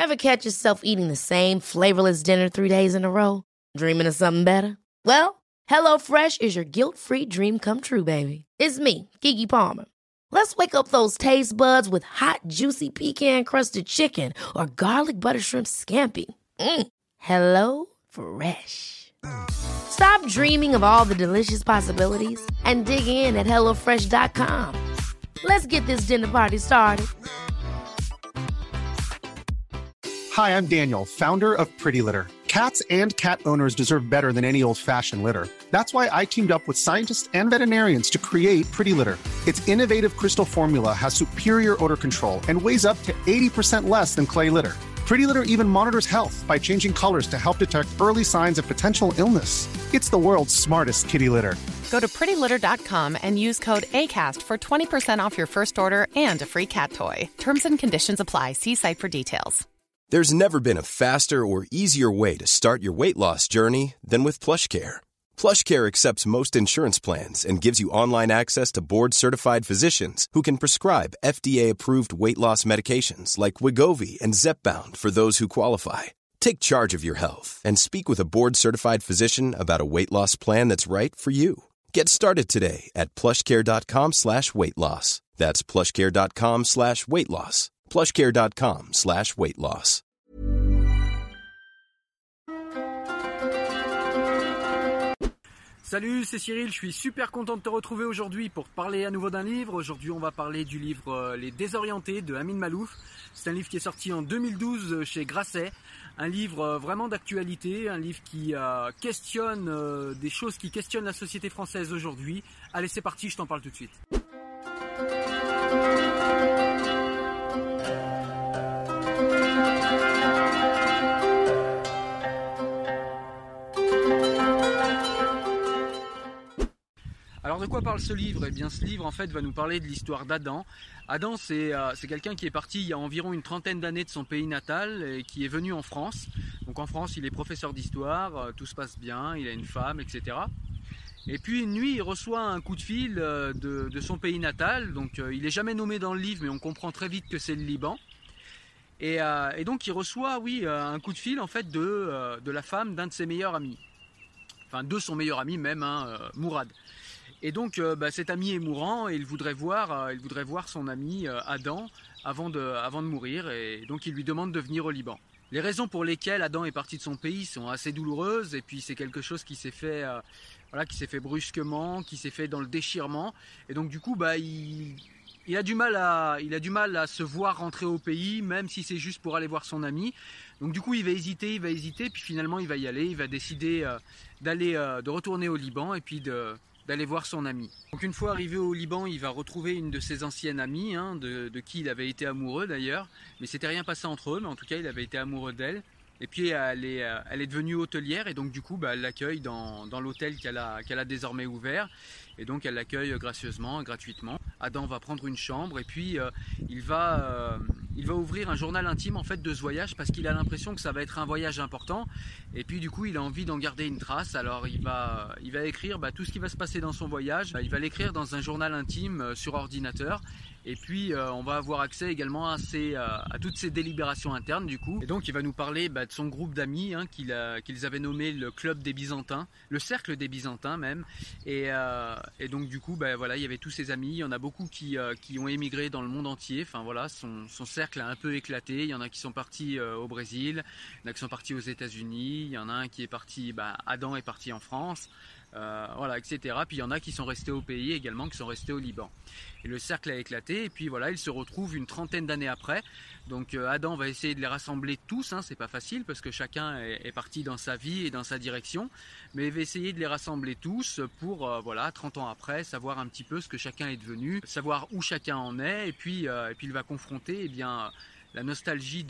Ever catch yourself eating the same flavorless dinner 3 days in a row? Dreaming of something better? Well, HelloFresh is your guilt-free dream come true, baby. It's me, Keke Palmer. Let's wake up those taste buds with hot, juicy pecan-crusted chicken or garlic butter shrimp scampi. Hello Fresh. Stop dreaming of all the delicious possibilities and dig in at HelloFresh.com. Let's get this dinner party started. Hi, I'm Daniel, founder of Pretty Litter. Cats and cat owners deserve better than any old-fashioned litter. That's why I teamed up with scientists and veterinarians to create Pretty Litter. Its innovative crystal formula has superior odor control and weighs up to 80% less than clay litter. Pretty Litter even monitors health by changing colors to help detect early signs of potential illness. It's the world's smartest kitty litter. Go to prettylitter.com and use code ACAST for 20% off your first order and a free cat toy. Terms and conditions apply. See site for details. There's never been a faster or easier way to start your weight loss journey than with PlushCare. PlushCare accepts most insurance plans and gives you online access to board-certified physicians who can prescribe FDA-approved weight loss medications like Wegovy and Zepbound for those who qualify. Take charge of your health and speak with a board-certified physician about a weight loss plan that's right for you. Get started today at plushcare.com/weight loss. That's plushcare.com/weight loss. plushcare.com/weight loss. Salut, c'est Cyril, je suis super content de te retrouver aujourd'hui pour parler à nouveau d'un livre. Aujourd'hui, on va parler du livre Les Désorientés de Amin Maalouf. C'est un livre qui est sorti en 2012 chez Grasset. Un livre vraiment d'actualité, un livre qui questionne des choses qui questionnent la société française aujourd'hui. Allez, c'est parti, je t'en parle tout de suite. Alors de quoi parle ce livre ? Eh bien ce livre en fait va nous parler de l'histoire d'Adam. Adam c'est quelqu'un qui est parti il y a environ une trentaine d'années de son pays natal et qui est venu en France. Donc en France il est professeur d'histoire, tout se passe bien, il a une femme, etc. Et puis une nuit il reçoit un coup de fil de son pays natal. Donc il n'est jamais nommé dans le livre mais on comprend très vite que c'est le Liban. Et donc il reçoit un coup de fil en fait de la femme d'un de ses meilleurs amis. Enfin de son meilleur ami même, Mourad. Et donc cet ami est mourant et il voudrait voir son ami Adam avant de mourir et donc il lui demande de venir au Liban. Les raisons pour lesquelles Adam est parti de son pays sont assez douloureuses et puis c'est quelque chose qui s'est fait brusquement, qui s'est fait dans le déchirement et donc du coup il a du mal à se voir rentrer au pays même si c'est juste pour aller voir son ami. Donc du coup il va hésiter puis finalement il va y aller, il va décider de retourner au Liban et puis d'aller voir son ami. Donc une fois arrivé au Liban, il va retrouver une de ses anciennes amies, de qui il avait été amoureux d'ailleurs, mais c'était rien passé entre eux, mais en tout cas il avait été amoureux d'elle. Et puis elle est devenue hôtelière et donc du coup elle l'accueille dans l'hôtel qu'elle a désormais ouvert. Et donc elle l'accueille gracieusement, gratuitement. Adam va prendre une chambre et puis il va ouvrir un journal intime en fait de ce voyage parce qu'il a l'impression que ça va être un voyage important. Et puis du coup il a envie d'en garder une trace. Alors il va écrire tout ce qui va se passer dans son voyage. Il va l'écrire dans un journal intime sur ordinateur. Et puis on va avoir accès également à toutes ses délibérations internes du coup. Et donc il va nous parler de son groupe d'amis qu'ils avaient nommé le Club des Byzantins, le Cercle des Byzantins même. Et donc du coup il y avait tous ses amis, il y en a beaucoup qui ont émigré dans le monde entier. Enfin voilà, son cercle a un peu éclaté. Il y en a qui sont partis au Brésil, il y en a qui sont partis aux États-Unis, il y en a un qui est parti, Adam est parti en France. Etc. Puis il y en a qui sont restés au pays également, qui sont restés au Liban. Et le cercle a éclaté et puis voilà, ils se retrouvent une trentaine d'années après. Donc Adam va essayer de les rassembler tous, c'est pas facile parce que chacun est parti dans sa vie et dans sa direction. Mais il va essayer de les rassembler tous pour 30 ans après, savoir un petit peu ce que chacun est devenu, savoir où chacun en est et puis il va confronter la nostalgie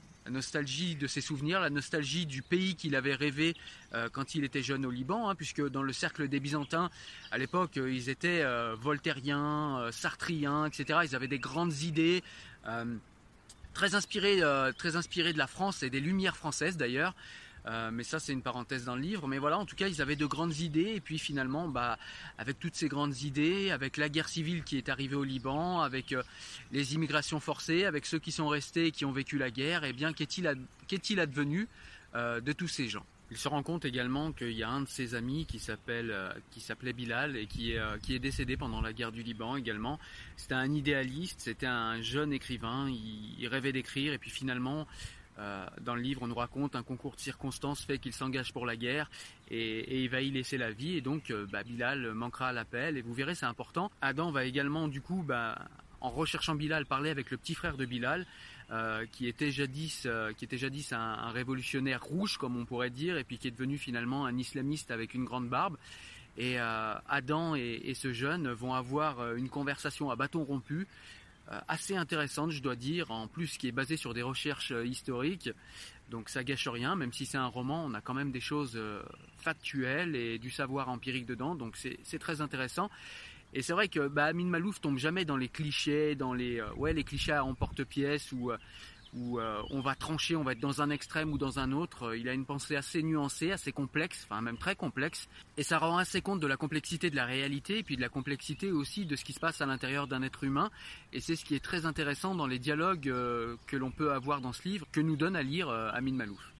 de ses souvenirs, la nostalgie du pays qu'il avait rêvé quand il était jeune au Liban, puisque dans le cercle des Byzantins, à l'époque, ils étaient voltairiens, sartriens, etc. Ils avaient des grandes idées, très inspirées de la France et des Lumières françaises d'ailleurs. Mais ça c'est une parenthèse dans le livre. Mais voilà, en tout cas ils avaient de grandes idées, et puis finalement avec toutes ces grandes idées, avec la guerre civile qui est arrivée au Liban, avec les immigrations forcées, avec ceux qui sont restés et qui ont vécu la guerre, eh bien qu'est-il advenu de tous ces gens? Il se rend compte également qu'il y a un de ses amis qui s'appelait Bilal et qui est décédé pendant la guerre du Liban également. C'était un idéaliste, c'était un jeune écrivain, il rêvait d'écrire, et puis finalement dans le livre on nous raconte un concours de circonstances fait qu'il s'engage pour la guerre et il va y laisser la vie, et donc Bilal manquera à l'appel, et vous verrez c'est important. Adam va également du coup en recherchant Bilal parler avec le petit frère de Bilal, qui était jadis un révolutionnaire rouge comme on pourrait dire, et puis qui est devenu finalement un islamiste avec une grande barbe. Et Adam et ce jeune vont avoir une conversation à bâton rompu assez intéressante, je dois dire, en plus qui est basée sur des recherches historiques, donc ça gâche rien. Même si c'est un roman, on a quand même des choses factuelles et du savoir empirique dedans, donc c'est très intéressant. Et c'est vrai que Amin Maalouf tombe jamais dans les clichés, dans les clichés en porte-pièce où on va trancher, on va être dans un extrême ou dans un autre. Il a une pensée assez nuancée, assez complexe, enfin même très complexe, et ça rend assez compte de la complexité de la réalité et puis de la complexité aussi de ce qui se passe à l'intérieur d'un être humain. Et c'est ce qui est très intéressant dans les dialogues que l'on peut avoir dans ce livre, que nous donne à lire Amin Maalouf.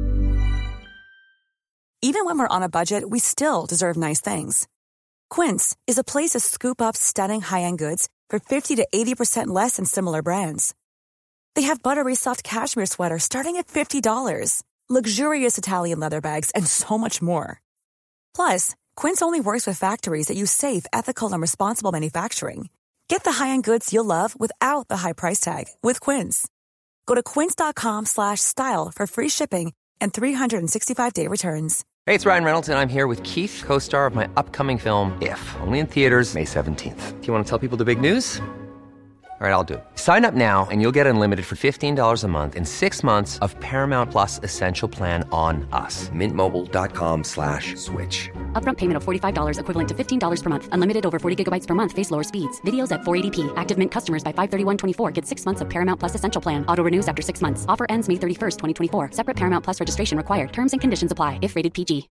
Even when we're on a budget, we still deserve nice things. Quince is a place to scoop up stunning high-end goods for 50 to 80% less than similar brands. They have buttery soft cashmere sweaters starting at $50, luxurious Italian leather bags, and so much more. Plus, Quince only works with factories that use safe, ethical, and responsible manufacturing. Get the high-end goods you'll love without the high price tag with Quince. Go to quince.com/style for free shipping and 365-day returns. Hey, it's Ryan Reynolds, and I'm here with Keith, co-star of my upcoming film, If, only in theaters May 17th. Do you want to tell people the big news? All right, I'll do it. Sign up now and you'll get unlimited for $15 a month and 6 months of Paramount Plus Essential Plan on us. MintMobile.com/switch. Upfront payment of $45 equivalent to $15 per month. Unlimited over 40 gigabytes per month. Face lower speeds. Videos at 480p. Active Mint customers by 531.24 get 6 months of Paramount Plus Essential Plan. Auto renews after 6 months. Offer ends May 31st, 2024. Separate Paramount Plus registration required. Terms and conditions apply if rated PG.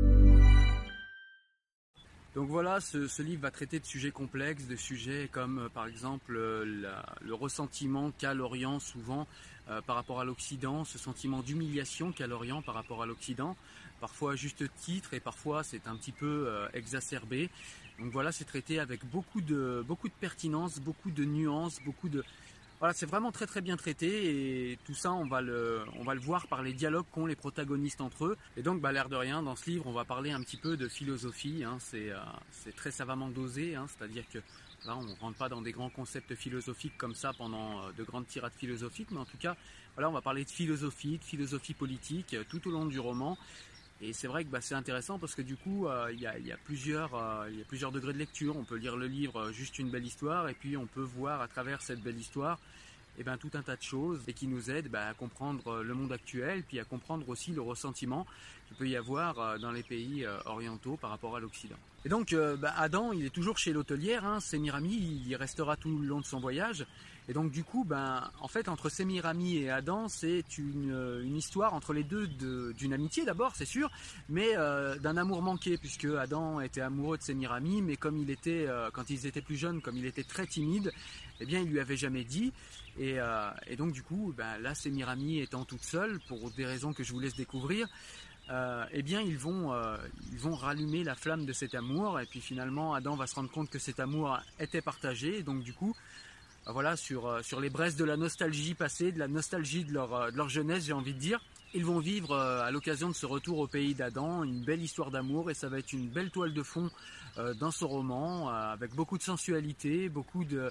Donc voilà, ce livre va traiter de sujets complexes, de sujets comme par exemple le ressentiment qu'a l'Orient souvent par rapport à l'Occident, ce sentiment d'humiliation qu'a l'Orient par rapport à l'Occident, parfois à juste titre et parfois c'est un petit peu exacerbé. Donc voilà, c'est traité avec beaucoup de pertinence, beaucoup de nuances, Voilà, c'est vraiment très très bien traité, et tout ça on va le voir par les dialogues qu'ont les protagonistes entre eux. Et donc l'air de rien, dans ce livre on va parler un petit peu de philosophie, hein. C'est très savamment dosé, hein. C'est-à-dire que là on ne rentre pas dans des grands concepts philosophiques comme ça pendant de grandes tirades philosophiques, mais en tout cas voilà, on va parler de philosophie politique tout au long du roman. Et c'est vrai que c'est intéressant parce que du coup il y a plusieurs degrés de lecture. On peut lire le livre juste une belle histoire, et puis on peut voir à travers cette belle histoire tout un tas de choses et qui nous aident à comprendre le monde actuel, puis à comprendre aussi le ressentiment qu'il peut y avoir dans les pays orientaux par rapport à l'Occident. Et donc Adam, il est toujours chez l'hôtelière, hein, Sémiramis, il y restera tout le long de son voyage. Et donc du coup, en fait, entre Sémiramis et Adam, c'est une histoire entre les deux d'une amitié d'abord, c'est sûr, mais d'un amour manqué, puisque Adam était amoureux de Sémiramis, mais comme il était, quand ils étaient plus jeunes, comme il était très timide, eh bien, il lui avait jamais dit. Et donc du coup, là, Sémiramis étant toute seule, pour des raisons que je vous laisse découvrir, eh bien ils vont rallumer la flamme de cet amour, et puis finalement Adam va se rendre compte que cet amour était partagé, et donc du coup voilà, sur les braises de la nostalgie passée, de la nostalgie de leur jeunesse, j'ai envie de dire, ils vont vivre à l'occasion de ce retour au pays d'Adam une belle histoire d'amour, et ça va être une belle toile de fond dans ce roman, avec beaucoup de sensualité, beaucoup de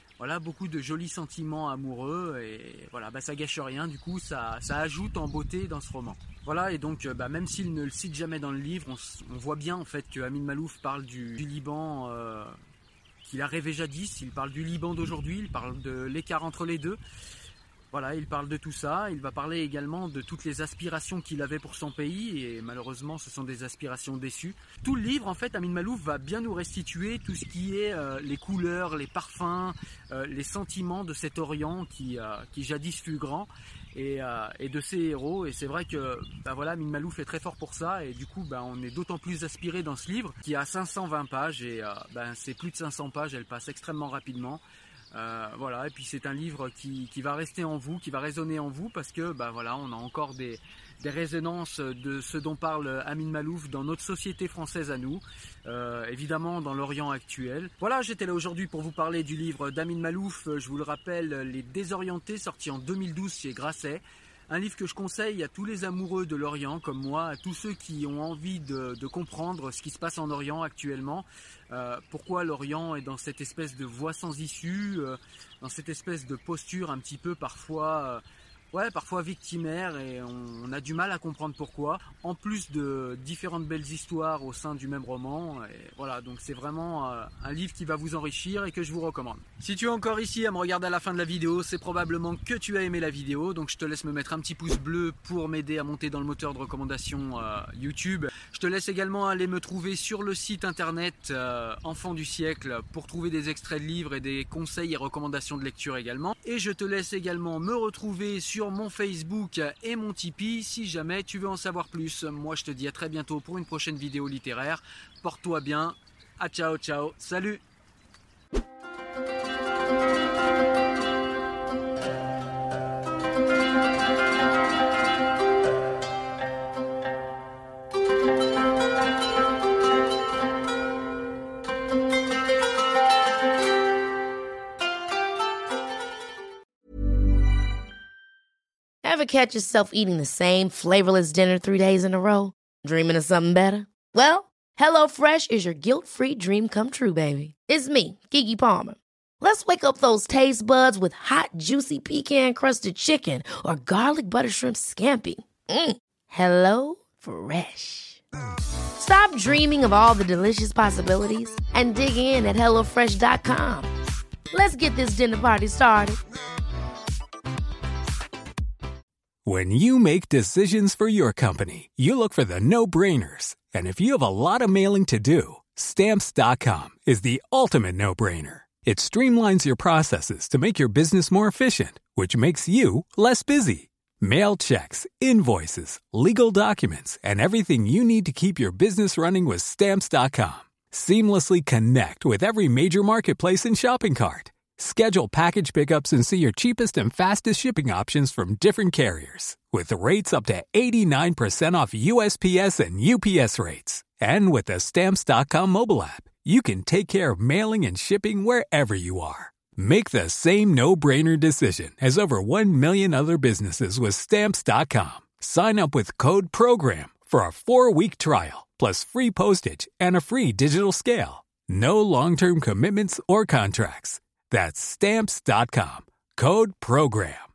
jolis sentiments amoureux, et voilà, ça gâche rien, du coup ça ajoute en beauté dans ce roman. Voilà, et donc même s'il ne le cite jamais dans le livre, on voit bien en fait que Amin Maalouf parle du Liban qu'il a rêvé jadis, il parle du Liban d'aujourd'hui, il parle de l'écart entre les deux. Voilà, il parle de tout ça, il va parler également de toutes les aspirations qu'il avait pour son pays, et malheureusement ce sont des aspirations déçues. Tout le livre, en fait, Amin Maalouf va bien nous restituer tout ce qui est les couleurs, les parfums, les sentiments de cet Orient qui jadis fut grand. et de ses héros. Et c'est vrai que Amin Maalouf est très fort pour ça, et du coup on est d'autant plus aspiré dans ce livre qui a 520 pages et c'est plus de 500 pages, elle passe extrêmement rapidement. Et puis c'est un livre qui va rester en vous, qui va résonner en vous, parce que on a encore des résonances de ce dont parle Amin Maalouf dans notre société française à nous, évidemment dans l'Orient actuel. Voilà, j'étais là aujourd'hui pour vous parler du livre d'Amin Maalouf, je vous le rappelle, Les Désorientés, sorti en 2012 chez Grasset. Un livre que je conseille à tous les amoureux de l'Orient comme moi, à tous ceux qui ont envie de comprendre ce qui se passe en Orient actuellement, pourquoi l'Orient est dans cette espèce de voie sans issue, dans cette espèce de posture un petit peu parfois victimaire, et on a du mal à comprendre pourquoi, en plus de différentes belles histoires au sein du même roman. Et voilà, donc c'est vraiment un livre qui va vous enrichir et que je vous recommande. Si tu es encore ici à me regarder à la fin de la vidéo, c'est probablement que tu as aimé la vidéo, donc je te laisse me mettre un petit pouce bleu pour m'aider à monter dans le moteur de recommandation YouTube. Je te laisse également aller me trouver sur le site internet Enfant du siècle pour trouver des extraits de livres et des conseils et recommandations de lecture également. Et je te laisse également me retrouver sur mon Facebook et mon Tipeee si jamais tu veux en savoir plus. Moi je te dis à très bientôt pour une prochaine vidéo littéraire. Porte-toi bien. Ciao, salut. Ever catch yourself eating the same flavorless dinner 3 days in a row? Dreaming of something better? Well, HelloFresh is your guilt-free dream come true, baby. It's me, Keke Palmer. Let's wake up those taste buds with hot, juicy pecan-crusted chicken or garlic butter shrimp scampi. Hello Fresh. Stop dreaming of all the delicious possibilities and dig in at HelloFresh.com. Let's get this dinner party started. When you make decisions for your company, you look for the no-brainers. And if you have a lot of mailing to do, Stamps.com is the ultimate no-brainer. It streamlines your processes to make your business more efficient, which makes you less busy. Mail checks, invoices, legal documents, and everything you need to keep your business running with Stamps.com. Seamlessly connect with every major marketplace and shopping cart. Schedule package pickups and see your cheapest and fastest shipping options from different carriers, with rates up to 89% off USPS and UPS rates. And with the Stamps.com mobile app, you can take care of mailing and shipping wherever you are. Make the same no-brainer decision as over 1 million other businesses with Stamps.com. Sign up with code PROGRAM for a 4-week trial, plus free postage and a free digital scale. No long-term commitments or contracts. That's Stamps.com. Code PROGRAM.